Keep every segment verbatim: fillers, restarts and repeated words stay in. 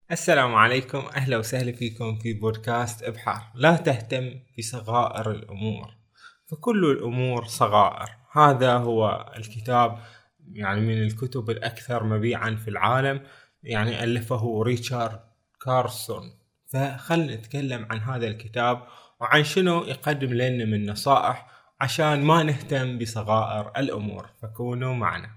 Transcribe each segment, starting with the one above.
السلام عليكم، أهلا وسهلا فيكم في بودكاست إبحار. لا تهتم بصغائر الأمور فكل الأمور صغائر. هذا هو الكتاب، يعني من الكتب الأكثر مبيعا في العالم، يعني ألفه ريتشارد كارسون. فخلنا نتكلم عن هذا الكتاب وعن شنو يقدم لنا من نصائح عشان ما نهتم بصغائر الأمور، فكونوا معنا.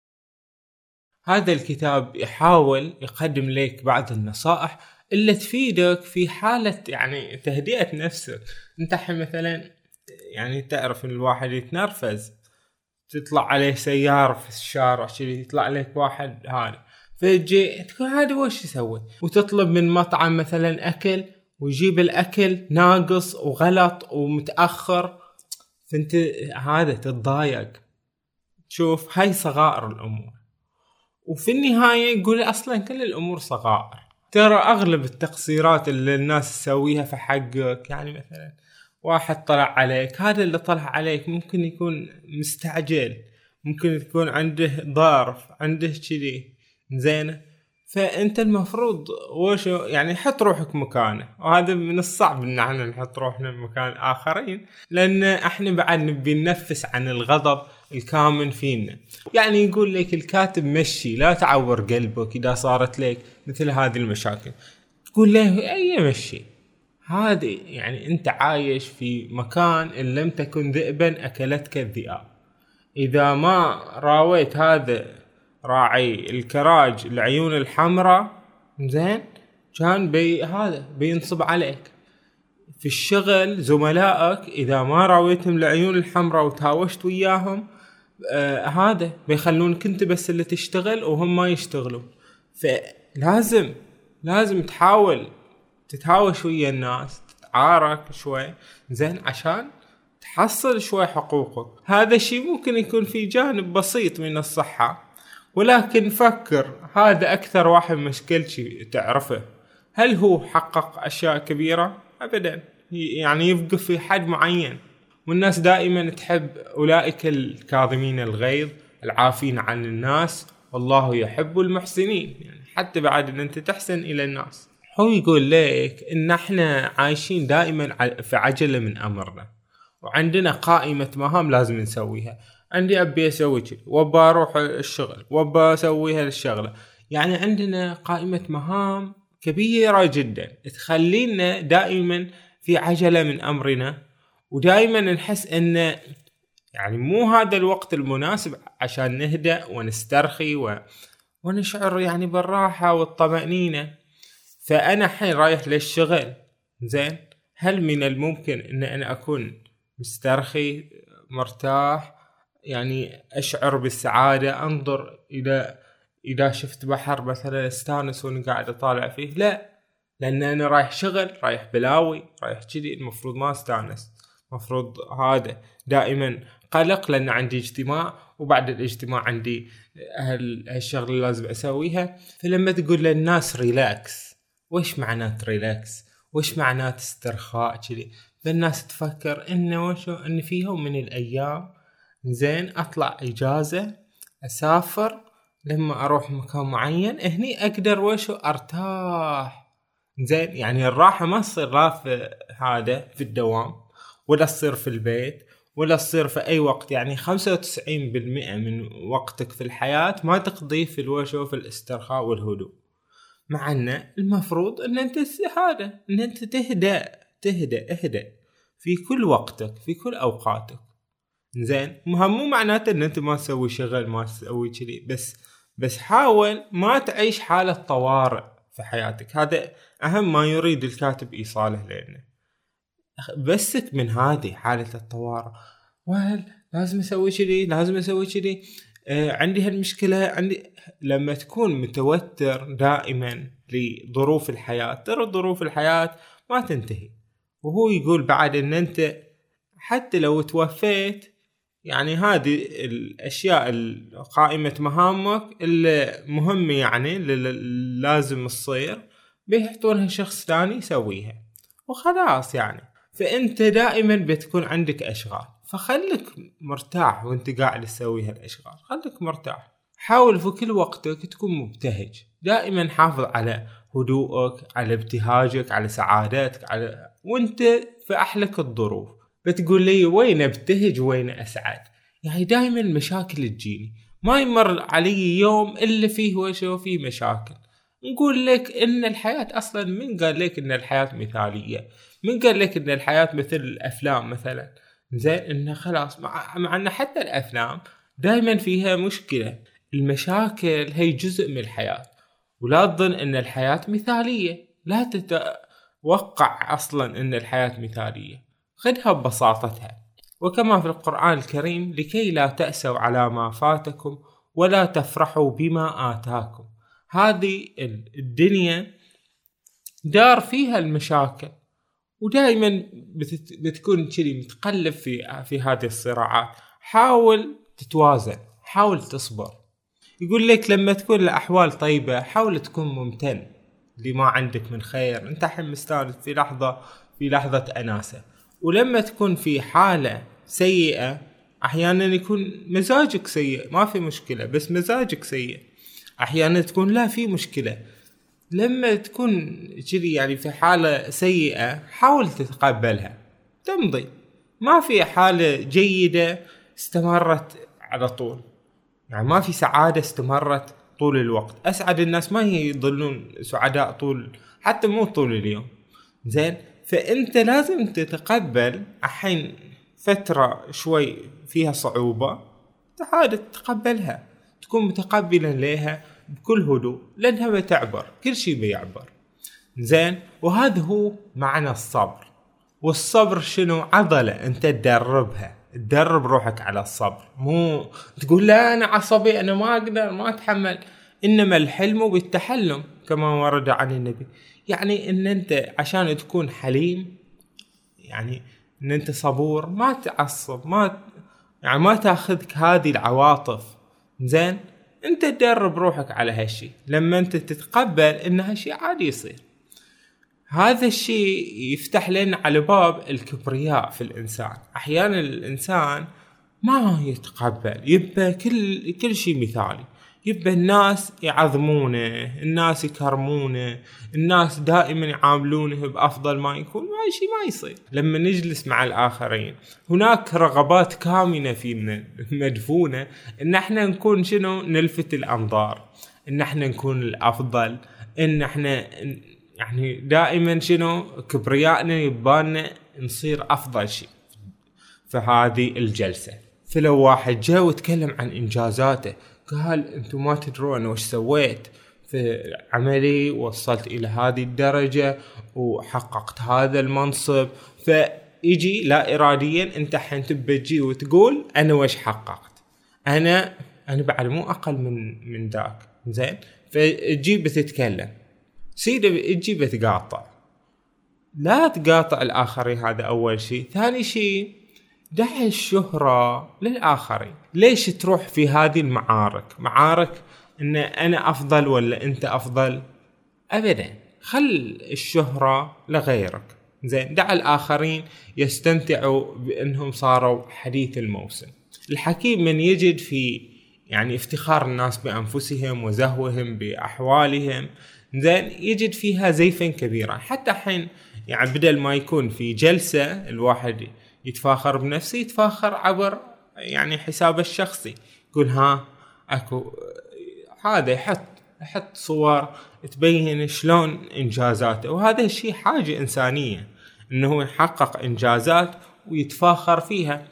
هذا الكتاب يحاول يقدم لك بعض النصائح اللي تفيدك في حالة يعني تهدئة نفسك. انت حين مثلا يعني تعرف ان الواحد يتنرفز، تطلع عليه سيارة في الشارع شي، يطلع عليك واحد هذا، فيجي تقول هذا وش يسوي، وتطلب من مطعم مثلا اكل ويجيب الاكل ناقص وغلط ومتأخر، فانت هذا تتضايق. شوف، هاي صغائر الامور، وفي النهاية يقول أصلا كل الأمور صغائر. ترى أغلب التقصيرات اللي الناس تسويها في حقك، يعني مثلا واحد طلع عليك، هذا اللي طلع عليك ممكن يكون مستعجل، ممكن يكون عنده ظرف، عنده كذي زين. فأنت المفروض وشو يعني حط روحك مكانه، وهذا من الصعب إن احنا نحط روحنا مكان آخرين، لأن احنا بعد نبي ننفس عن الغضب الكامن فينا. يعني يقول لك الكاتب مشي، لا تعور قلبك إذا صارت لك مثل هذه المشاكل، تقول له أي مشي. هذه يعني أنت عايش في مكان إن لم تكن ذئبا أكلتك الذئاب. إذا ما راويت هذا راعي الكراج العيون الحمراء زين، كان بي هذا بينصب عليك في الشغل. زملائك إذا ما راويتهم العيون الحمراء وتهاوشت وياهم، آه هذا بيخلونك انت بس اللي تشتغل وهم ما يشتغلوا. فلازم لازم تحاول تتهاوش ويا الناس، تتعارك شوي زين عشان تحصل شوي حقوقك. هذا الشيء ممكن يكون في جانب بسيط من الصحة، ولكن فكر، هذا أكثر واحد مشكلتي تعرفه. هل هو حقق أشياء كبيرة؟ أبدا، يعني يبقى في حد معين. والناس دائما تحب أولئك الكاظمين الغيظ العافين عن الناس، والله يحب المحسنين. يعني حتى بعد أن أنت تحسن إلى الناس. هو يقول لك إن احنا عايشين دائما في عجلة من أمرنا، وعندنا قائمة مهام لازم نسويها. عندي أبي أسوي كذا، وأبى أروح الشغل، وأبى أسوي هالشغلة. يعني عندنا قائمة مهام كبيرة جدا تخلينا دائما في عجلة من أمرنا، ودائما نحس إن يعني مو هذا الوقت المناسب عشان نهدأ ونسترخي و... ونشعر يعني بالراحة والطمأنينة. فأنا حين رايح للشغل زين، هل من الممكن إن أنا أكون مسترخي مرتاح، يعني أشعر بالسعادة، أنظر إذا إذا شفت بحر مثلا استانس وأنا قاعد أطالع فيه؟ لا، لأن أنا رايح شغل، رايح بلاوي، رايح كذي، المفروض ما استانس. مفروض هذا دائما قلق لأن عندي اجتماع، وبعد الاجتماع عندي هالشغل اللي لازم أسويها. فلما تقول للناس ريلاكس، وش معنات ريلاكس؟ وش معنات استرخاء كذي؟ فالناس تفكر إنه وشو، إن في يوم من الأيام زين أطلع إجازة، أسافر، لما أروح مكان معين هني أقدر وشو أرتاح زين. يعني الراحة ما تصير لا في هذا في الدوام، ولا تصير في البيت، ولا تصير في أي وقت. يعني خمسة وتسعين بالمئة من وقتك في الحياة ما تقضيه في الوشو في الاسترخاء والهدوء. مع أن المفروض أن أنت هذا أن أنت تهدأ تهدأ اهدأ في كل وقتك في كل أوقاتك زين. مهم مو معناته أن أنت ما تسوي شغل، ما تسوي كذي، بس بس حاول ما تعيش حالة طوارئ في حياتك. هذا أهم ما يريد الكاتب إيصاله لنا. بسك من هذه حالة الطوارئ، وهل لازم أسوي كذي، لازم أسوي كذي، آه عندي هالمشكلة عندي. لما تكون متوتر دائما لظروف الحياة، ترى ظروف الحياة ما تنتهي. وهو يقول بعد ان انت حتى لو توفيت، يعني هذه الاشياء قائمة مهامك اللي مهمة، يعني اللي لازم تصير، بيحطونها شخص ثاني يسويها وخلاص. يعني فانت دائما بتكون عندك اشغال، فخلك مرتاح وانت قاعد تسوي هالاشغال، خلك مرتاح. حاول في كل وقتك تكون مبتهج، دائما حافظ على هدوءك، على ابتهاجك، على سعادتك، على وانت في أحلك الظروف. بتقول لي وين ابتهج وين أسعد؟ يعني دائما المشاكل تجيني، ما يمر علي يوم إلا فيه وشو فيه مشاكل. نقول لك إن الحياة أصلا، من قال لك إن الحياة مثالية؟ من قال لك إن الحياة مثل الأفلام مثلا؟ زين إنه خلاص، مع, مع أن حتى الأفلام دائما فيها مشكلة. المشاكل هي جزء من الحياة، ولا تظن إن الحياة مثالية. لا تتوقع أصلا إن الحياة مثالية، خذها ببساطتها. وكما في القرآن الكريم: لكي لا تأسوا على ما فاتكم ولا تفرحوا بما آتاكم. هذه الدنيا دار فيها المشاكل، ودائما بتت... بتكون كذي متقلب في في هذه الصراعات. حاول تتوازن، حاول تصبر. يقول لك لما تكون الأحوال طيبة حاول تكون ممتن لما عندك من خير. انت حين مستانس في لحظة في لحظة أناسة. ولما تكون في حالة سيئة أحيانا يكون مزاجك سيء، ما في مشكلة، بس مزاجك سيء. أحيانا تكون لا في مشكلة. لما تكون كذي يعني في حالة سيئة حاول تتقبلها، تمضي. ما في حالة جيدة استمرت على طول، يعني ما في سعادة استمرت طول الوقت. أسعد الناس ما يظلون سعداء طول، حتى مو طول اليوم. زين، فأنت لازم تتقبل الحين فترة شوي فيها صعوبة، تعال تتقبلها، تكون متقبلا لها بكل هدوء، لأنها بتعبر، كل شيء بيعبر. زين، وهذا هو معنى الصبر. والصبر شنو؟ عضلة أنت تدربها، تدرب روحك على الصبر. مو تقول لا أنا عصبي، أنا ما أقدر، ما أتحمل. إنما الحلم بالتحلم كما ورد عن النبي. يعني إن أنت عشان تكون حليم، يعني إن أنت صبور، ما تعصب، ما يعني ما تأخذك هذه العواطف. زين، أنت تدرب روحك على هالشي. لما أنت تتقبل إن هالشي عادي يصير، هذا الشيء يفتح لنا على باب الكبرياء في الإنسان. أحيانا الإنسان ما يتقبل، يبقى كل كل شيء مثالي، يبقى الناس يعظمونه، الناس يكرمونه، الناس دائما يعاملونه بأفضل ما يكون. ما شيء ما يصير. لما نجلس مع الآخرين هناك رغبات كامنة فينا مدفونة، إن احنا نكون شنو؟ نلفت الأنظار، إن احنا نكون الأفضل، إن احنا يعني دائما شنو؟ كبريائنا يبانا نصير أفضل شيء في هذه الجلسة. فلو واحد جاء وتكلم عن إنجازاته، قال أنتم ما تدرون وش سويت في عملي، وصلت إلى هذه الدرجة وحققت هذا المنصب، فيجي لا إراديا أنت حين تبى تجي وتقول أنا وش حققت، أنا أنا بعد مو أقل من من ذاك. زين، فتجي بتتكلم سيدة، تجي بتقاطع. لا تقاطع الآخرين، هذا أول شيء. ثاني شيء، دع الشهرة للآخرين. ليش تروح في هذه المعارك؟ معارك إن أنا أفضل ولا أنت أفضل؟ أبدا، خل الشهرة لغيرك. زين، دع الآخرين يستمتعوا بأنهم صاروا حديث الموسم. الحكيم من يجد في يعني افتخار الناس بأنفسهم وزهوهم بأحوالهم، زين، يجد فيها زيفا كبيرا. حتى حين يعني بدل ما يكون في جلسة الواحد يتفاخر بنفسه، يتفاخر عبر يعني حسابه الشخصي. يقول ها اكو هذا، يحط يحط صور تبين شلون انجازاته. وهذا الشيء حاجة انسانية، انه يحقق انجازات ويتفاخر فيها.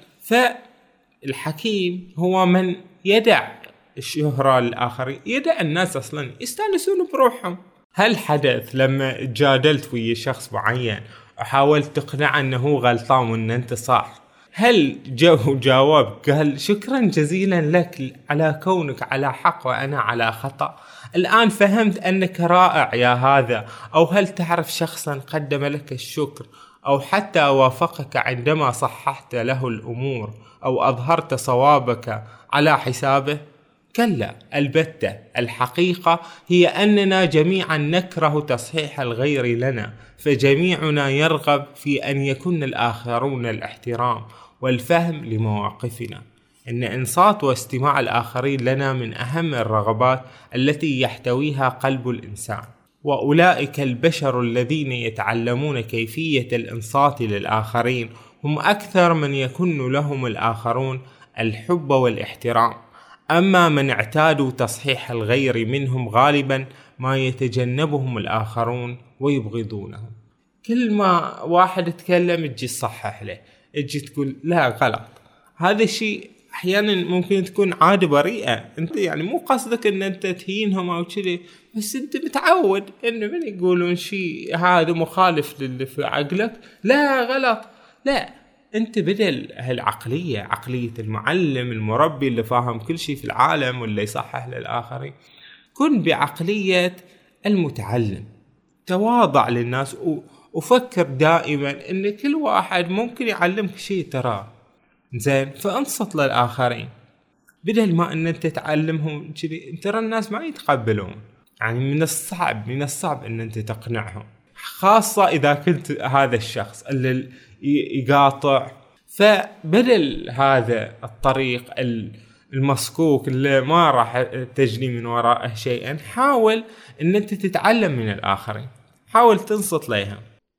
فالحكيم هو من يدع الشهرة للآخرين، يدع الناس أصلا يستانسون بروحهم. هل حدث لما جادلت ويا شخص معين وحاولت تقنع أنه غلطان وأن أنت صح، هل جو جاوب قال شكرا جزيلا لك على كونك على حق وأنا على خطأ، الآن فهمت أنك رائع يا هذا؟ أو هل تعرف شخصا قدم لك الشكر أو حتى وافقك عندما صححت له الأمور أو أظهرت صوابك على حسابه؟ كلا، البتة. الحقيقة هي أننا جميعا نكره تصحيح الغير لنا، فجميعنا يرغب في أن يكون الآخرون الاحترام والفهم لمواقفنا. إن إنصات واستماع الآخرين لنا من أهم الرغبات التي يحتويها قلب الإنسان. وأولئك البشر الذين يتعلمون كيفية الإنصات للآخرين هم أكثر من يكن لهم الآخرون الحب والاحترام. أما من اعتادوا تصحيح الغير منهم غالبا ما يتجنبهم الآخرون ويبغضونهم. كل ما واحد تكلم تجي تصحح له، تجي تقول لا غلط. هذا الشيء أحيانا ممكن تكون عادة بريئة، أنت يعني مو قصدك أن أنت تهينهم أو كذي، بس أنت متعود أنه من يقولون شيء هذا مخالف للي في عقلك لا غلط. لا، أنت بدل هالعقلية، عقلية المعلم المربي اللي فاهم كل شيء في العالم واللي يصحح للآخرين، كن بعقلية المتعلم، تواضع للناس وفكر دائما أن كل واحد ممكن يعلمك شيء ترى زين، فانصت للآخرين بدل ما أن أنت تعلمهم كذي. ترى الناس ما يتقبلون، يعني من الصعب من الصعب أن أنت تقنعهم، خاصة إذا كنت هذا الشخص اللي يقاطع. فبدل هذا الطريق المسكوك اللي ما راح تجني من وراءه شيئا، حاول أن أنت تتعلم من الآخرين، حاول تنصت لهم،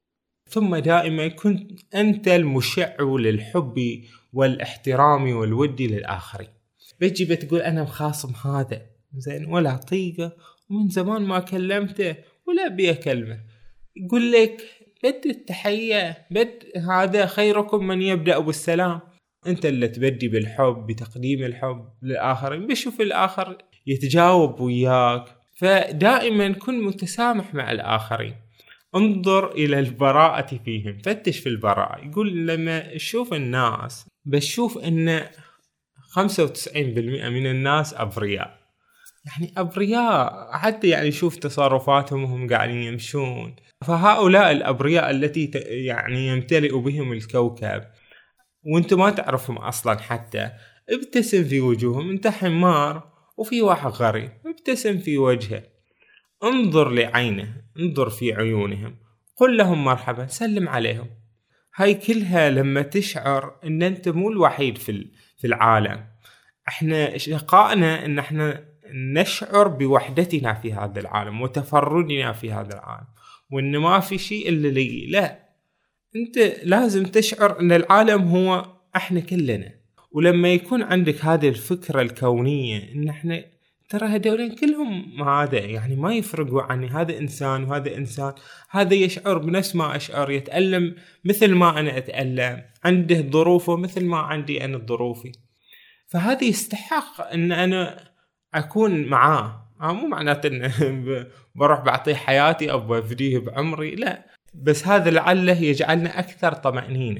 ثم دائما كنت أنت المشع للحب والاحترام والود للآخرين. بيجي بتقول أنا مخاصم هذا زين ولا طيقة ومن زمان ما كلمته ولا بيكلمه، يقول لك بد التحية، بد هذا خيركم من يبدأ بالسلام. أنت اللي تبدي بالحب، بتقديم الحب للآخرين، بشوف الآخر يتجاوب وياك. فدائما كن متسامح مع الآخرين، انظر إلى البراءة فيهم، فتش في البراءة. يقول لما تشوف الناس بشوف أن خمسة وتسعين بالمئة من الناس أبرياء، يعني أبرياء حتى يعني شوف تصرفاتهم وهم قاعدين يمشون. فهؤلاء الأبرياء التي يعني يمتلئ بهم الكوكب وانت ما تعرفهم أصلا، حتى ابتسم في وجوههم. انت حمار وفي واحد غريب، ابتسم في وجهه، انظر لعينه، انظر في عيونهم، قل لهم مرحبا، سلم عليهم. هاي كلها لما تشعر ان انت مو الوحيد في في العالم. احنا شقائنا ان احنا نشعر بوحدتنا في هذا العالم وتفردنا في هذا العالم، وان ما في شيء الا لي. لا، انت لازم تشعر ان العالم هو احنا كلنا. ولما يكون عندك هذه الفكرة الكونية ان احنا ترى هذولين كلهم هذا، يعني ما يفرقوا عني، هذا إنسان وهذا إنسان، هذا يشعر بنفس ما أشعر، يتألم مثل ما أنا أتألم، عنده ظروفه مثل ما عندي أنا ظروفي. فهذا يستحق أن أنا أكون معاه. مو معناته أن بروح بعطيه حياتي أو بفديه بعمري، لا، بس هذا لعله يجعلنا أكثر طمأنينة،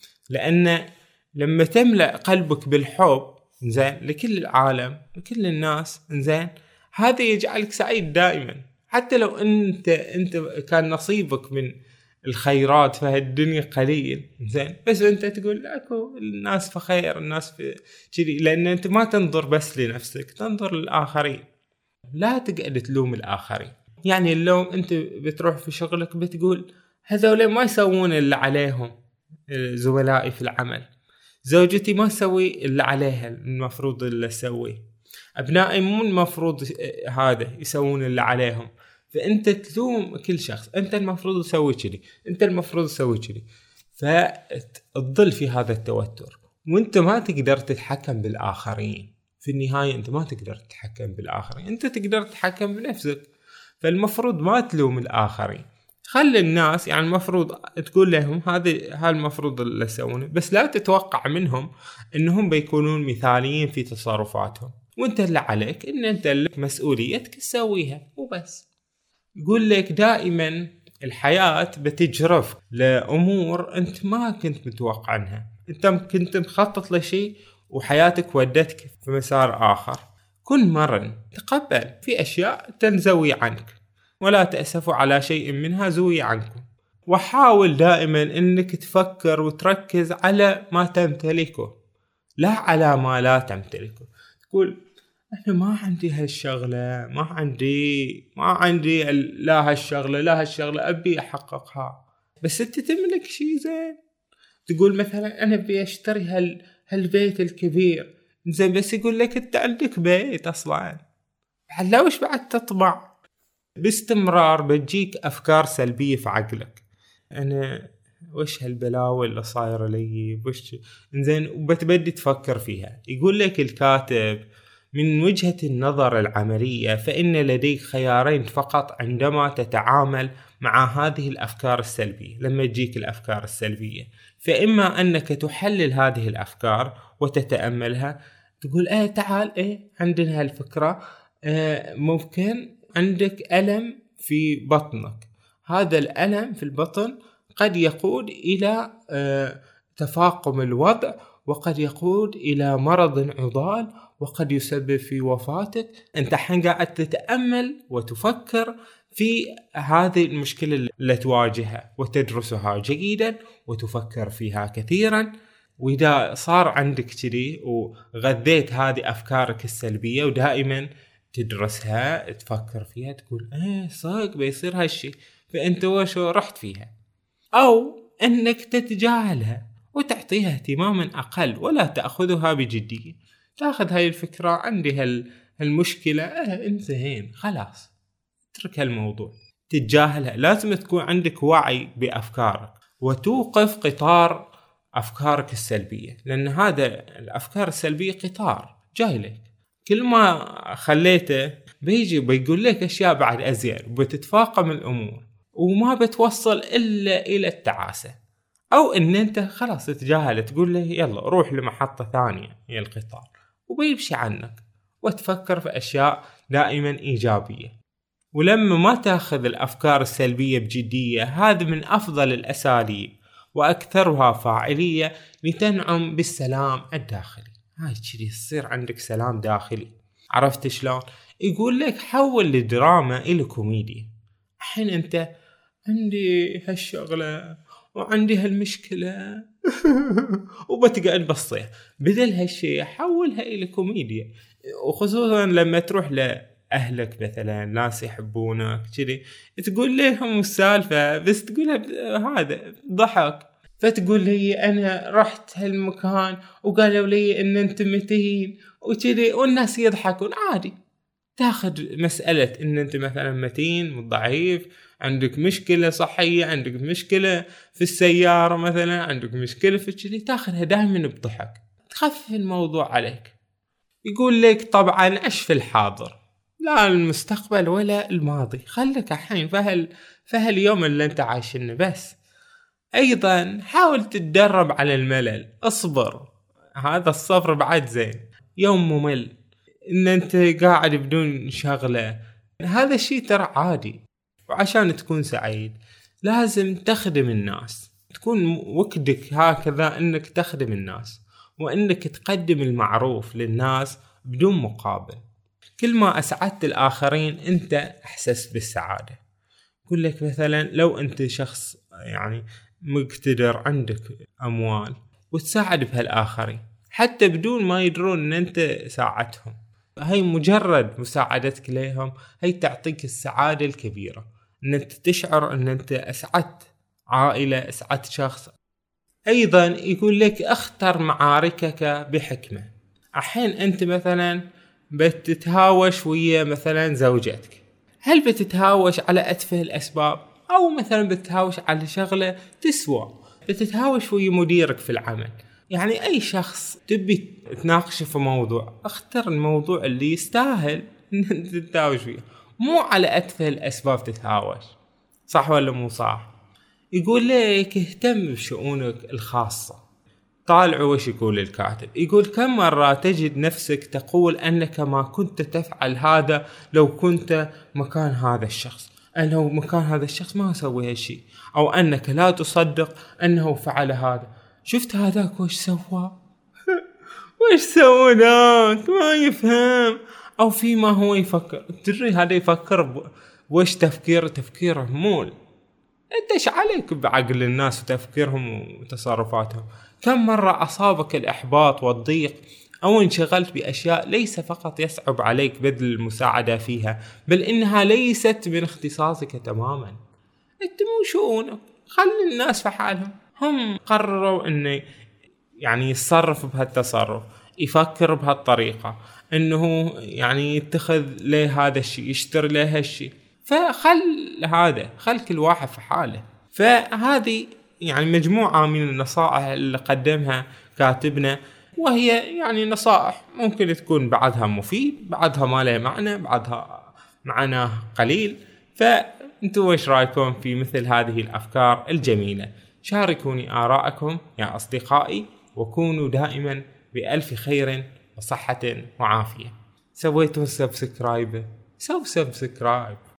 لأن لما تملأ قلبك بالحب زين لكل العالم لكل الناس زين، هذا يجعلك سعيد دائما. حتى لو انت انت كان نصيبك من الخيرات في هالدنيا قليل زين، بس انت تقول اكو الناس في خير، الناس في كذي، لان انت ما تنظر بس لنفسك، تنظر للآخرين. لا تقعد تلوم الآخرين، يعني اللوم انت بتروح في شغلك بتقول هذول ما يسوون اللي عليهم، زملائي في العمل، زوجتي ما تسوي اللي عليها المفروض اللي تسوي، أبنائي مو المفروض هذا يسوون اللي عليهم. فأنت تلوم كل شخص، أنت المفروض تسوي كذي، أنت المفروض تسوي كذي، فتظل في هذا التوتر وأنت ما تقدر تتحكم بالآخرين. في النهاية أنت ما تقدر تتحكم بالآخرين، أنت تقدر تتحكم بنفسك. فالمفروض ما تلوم الآخرين، خلي الناس يعني المفروض تقول لهم هذا هالمفروض اللي يسوونه، بس لا تتوقع منهم انهم بيكونون مثاليين في تصرفاتهم، وانت اللي عليك ان انت لك مسؤوليتك تسويها وبس. يقول لك دائما الحياة بتجرف لأمور انت ما كنت متوقع عنها، انت كنت مخطط لشيء وحياتك ودتك في مسار آخر. كن مرن، تقبل في أشياء تنزوي عنك ولا تأسفوا على شيء منها زوي عنكم. وحاول دائما انك تفكر وتركز على ما تمتلكه لا على ما لا تمتلكه. تقول انا ما عندي هالشغلة، ما عندي ما عندي لا هالشغلة لا هالشغلة ابي احققها، بس انت تملك شيء زين. تقول مثلا انا ابي اشتري هال هالبيت الكبير زين، بس يقول لك انت عندك بيت اصلا، هلا وش بعد تطمع؟ باستمرار بتجيك أفكار سلبية في عقلك. أنا وش هالبلاوي اللي صايرة لي وش إنزين، وبتبدي تفكر فيها. يقول لك الكاتب: من وجهة النظر العملية فإن لديك خيارين فقط عندما تتعامل مع هذه الأفكار السلبية. لما تجيك الأفكار السلبية، فإما أنك تحلل هذه الأفكار وتتأملها، تقول ايه تعال ايه عندنا هالفكرة، اه ممكن عندك ألم في بطنك، هذا الألم في البطن قد يقود إلى اه تفاقم الوضع، وقد يقود إلى مرض عضال، وقد يسبب في وفاتك. انت حين قاعد تتأمل وتفكر في هذه المشكلة اللي تواجهها وتدرسها جيدا وتفكر فيها كثيرا. وإذا صار عندك كذي وغذيت هذه أفكارك السلبية ودائما تدرسها تفكر فيها، تقول ايه صدق بيصير هالشي، فأنت وشو رحت فيها. أو أنك تتجاهلها وتعطيها اهتماما أقل ولا تأخذها بجدية. تأخذ هاي الفكرة، عندي هال هالمشكلة اه انتهين خلاص، اترك هالموضوع، تتجاهلها. لازم تكون عندك وعي بأفكارك وتوقف قطار أفكارك السلبية، لأن هذا الأفكار السلبية قطار جاي لك، كل ما خليته بيجي بيقول لك أشياء بعد أزيد، وبتتفاقم الأمور وما بتوصل إلا إلى التعاسة، أو إن أنت خلاص تتجاهل، تقول له يلا روح لمحطة ثانية هي القطار، وبيمشي عنك، وتفكر في أشياء دائما إيجابية. ولما ما تأخذ الأفكار السلبية بجدية، هذا من أفضل الأساليب وأكثرها فاعلية لتنعم بالسلام الداخلي. هاي كذي يصير عندك سلام داخلي. عرفت شلون؟ يقول لك حول الدراما إلى كوميديا. الحين أنت عندي هالشغلة وعندي هالمشكلة وبتقعد بصيح، بدل هالشيء حولها إلى كوميديا. وخصوصا لما تروح لأهلك مثلا، ناس يحبونك كذي، تقول لهم السالفة بس تقولها هذا ضحك، فتقول لي أنا رحت هالمكان وقالوا لي إن أنت متين وكذي، والناس يضحكون عادي. تاخذ مسألة إن أنت مثلا متين ضعيف، عندك مشكلة صحية، عندك مشكلة في السيارة مثلا، عندك مشكلة في كذي، تاخذها دائما بضحك، تخفف الموضوع عليك. يقول لك طبعا عش في الحاضر، لا المستقبل ولا الماضي، خليك الحين فهل فهل يوم اللي انت عايشنه بس. ايضا حاول تتدرب على الملل، اصبر، هذا الصبر بعد زين. يوم ممل ان انت قاعد بدون شغلة، هذا الشيء ترى عادي. وعشان تكون سعيد لازم تخدم الناس، تكون وكدك هكذا انك تخدم الناس، وانك تقدم المعروف للناس بدون مقابل. كل ما اسعدت الاخرين انت احسست بالسعادة. يقول لك مثلا لو انت شخص يعني مقتدر، عندك اموال، وتساعد بهالاخرين حتى بدون ما يدرون ان انت ساعدتهم، هاي مجرد مساعدتك لهم هاي تعطيك السعادة الكبيرة، ان انت تشعر ان انت اسعدت عائلة، اسعدت شخص. ايضا يقول لك اختر معاركك بحكمة. الحين انت مثلا بتتهاوش ويا مثلا زوجتك، هل بتتهاوش على اتفه الاسباب، او مثلا بتتهاوش على شغلة تسوى، بتتهاوش ويا مديرك في العمل، يعني اي شخص تبي تناقش في موضوع، اختر الموضوع اللي يستاهل ان تتهاوش فيه، مو على اتفه الاسباب تتهاوش. صح ولا مو صح؟ يقول لك اهتم بشؤونك الخاصة. طالعوا وش يقول الكاتب، يقول كم مرة تجد نفسك تقول أنك ما كنت تفعل هذا لو كنت مكان هذا الشخص، أنا لو مكان هذا الشخص ما أسوي هالشيء، أو أنك لا تصدق أنه فعل هذا، شفت هذاك وش سوى وش سوى ذاك ما يفهم، أو فيما هو يفكر. تدري هذا يفكر وش تفكير تفكيره مول. انت ايش عليك بعقل الناس وتفكيرهم وتصرفاتهم؟ كم مرة اصابك الاحباط والضيق، او انشغلت باشياء ليس فقط يصعب عليك بذل المساعدة فيها، بل انها ليست من اختصاصك تماما. انت مو شؤونك، خلي الناس في حالهم، هم قرروا انه يعني يتصرف بهالتصرف، يفكر بهالطريقة، انه يعني يتخذ له هذا الشيء، يشتري له هالشيء، فخل هذا خل كل واحد في حاله. فهذه يعني مجموعة من النصائح اللي قدمها كاتبنا، وهي يعني نصائح ممكن تكون بعضها مفيد، بعضها ما له معنى، بعضها معناه قليل. فانتوا ايش رايكم في مثل هذه الافكار الجميلة؟ شاركوني آراءكم يا أصدقائي، وكونوا دائما بألف خير وصحة وعافية. سويتوا سبسكرايب؟ سو سبسكرايب.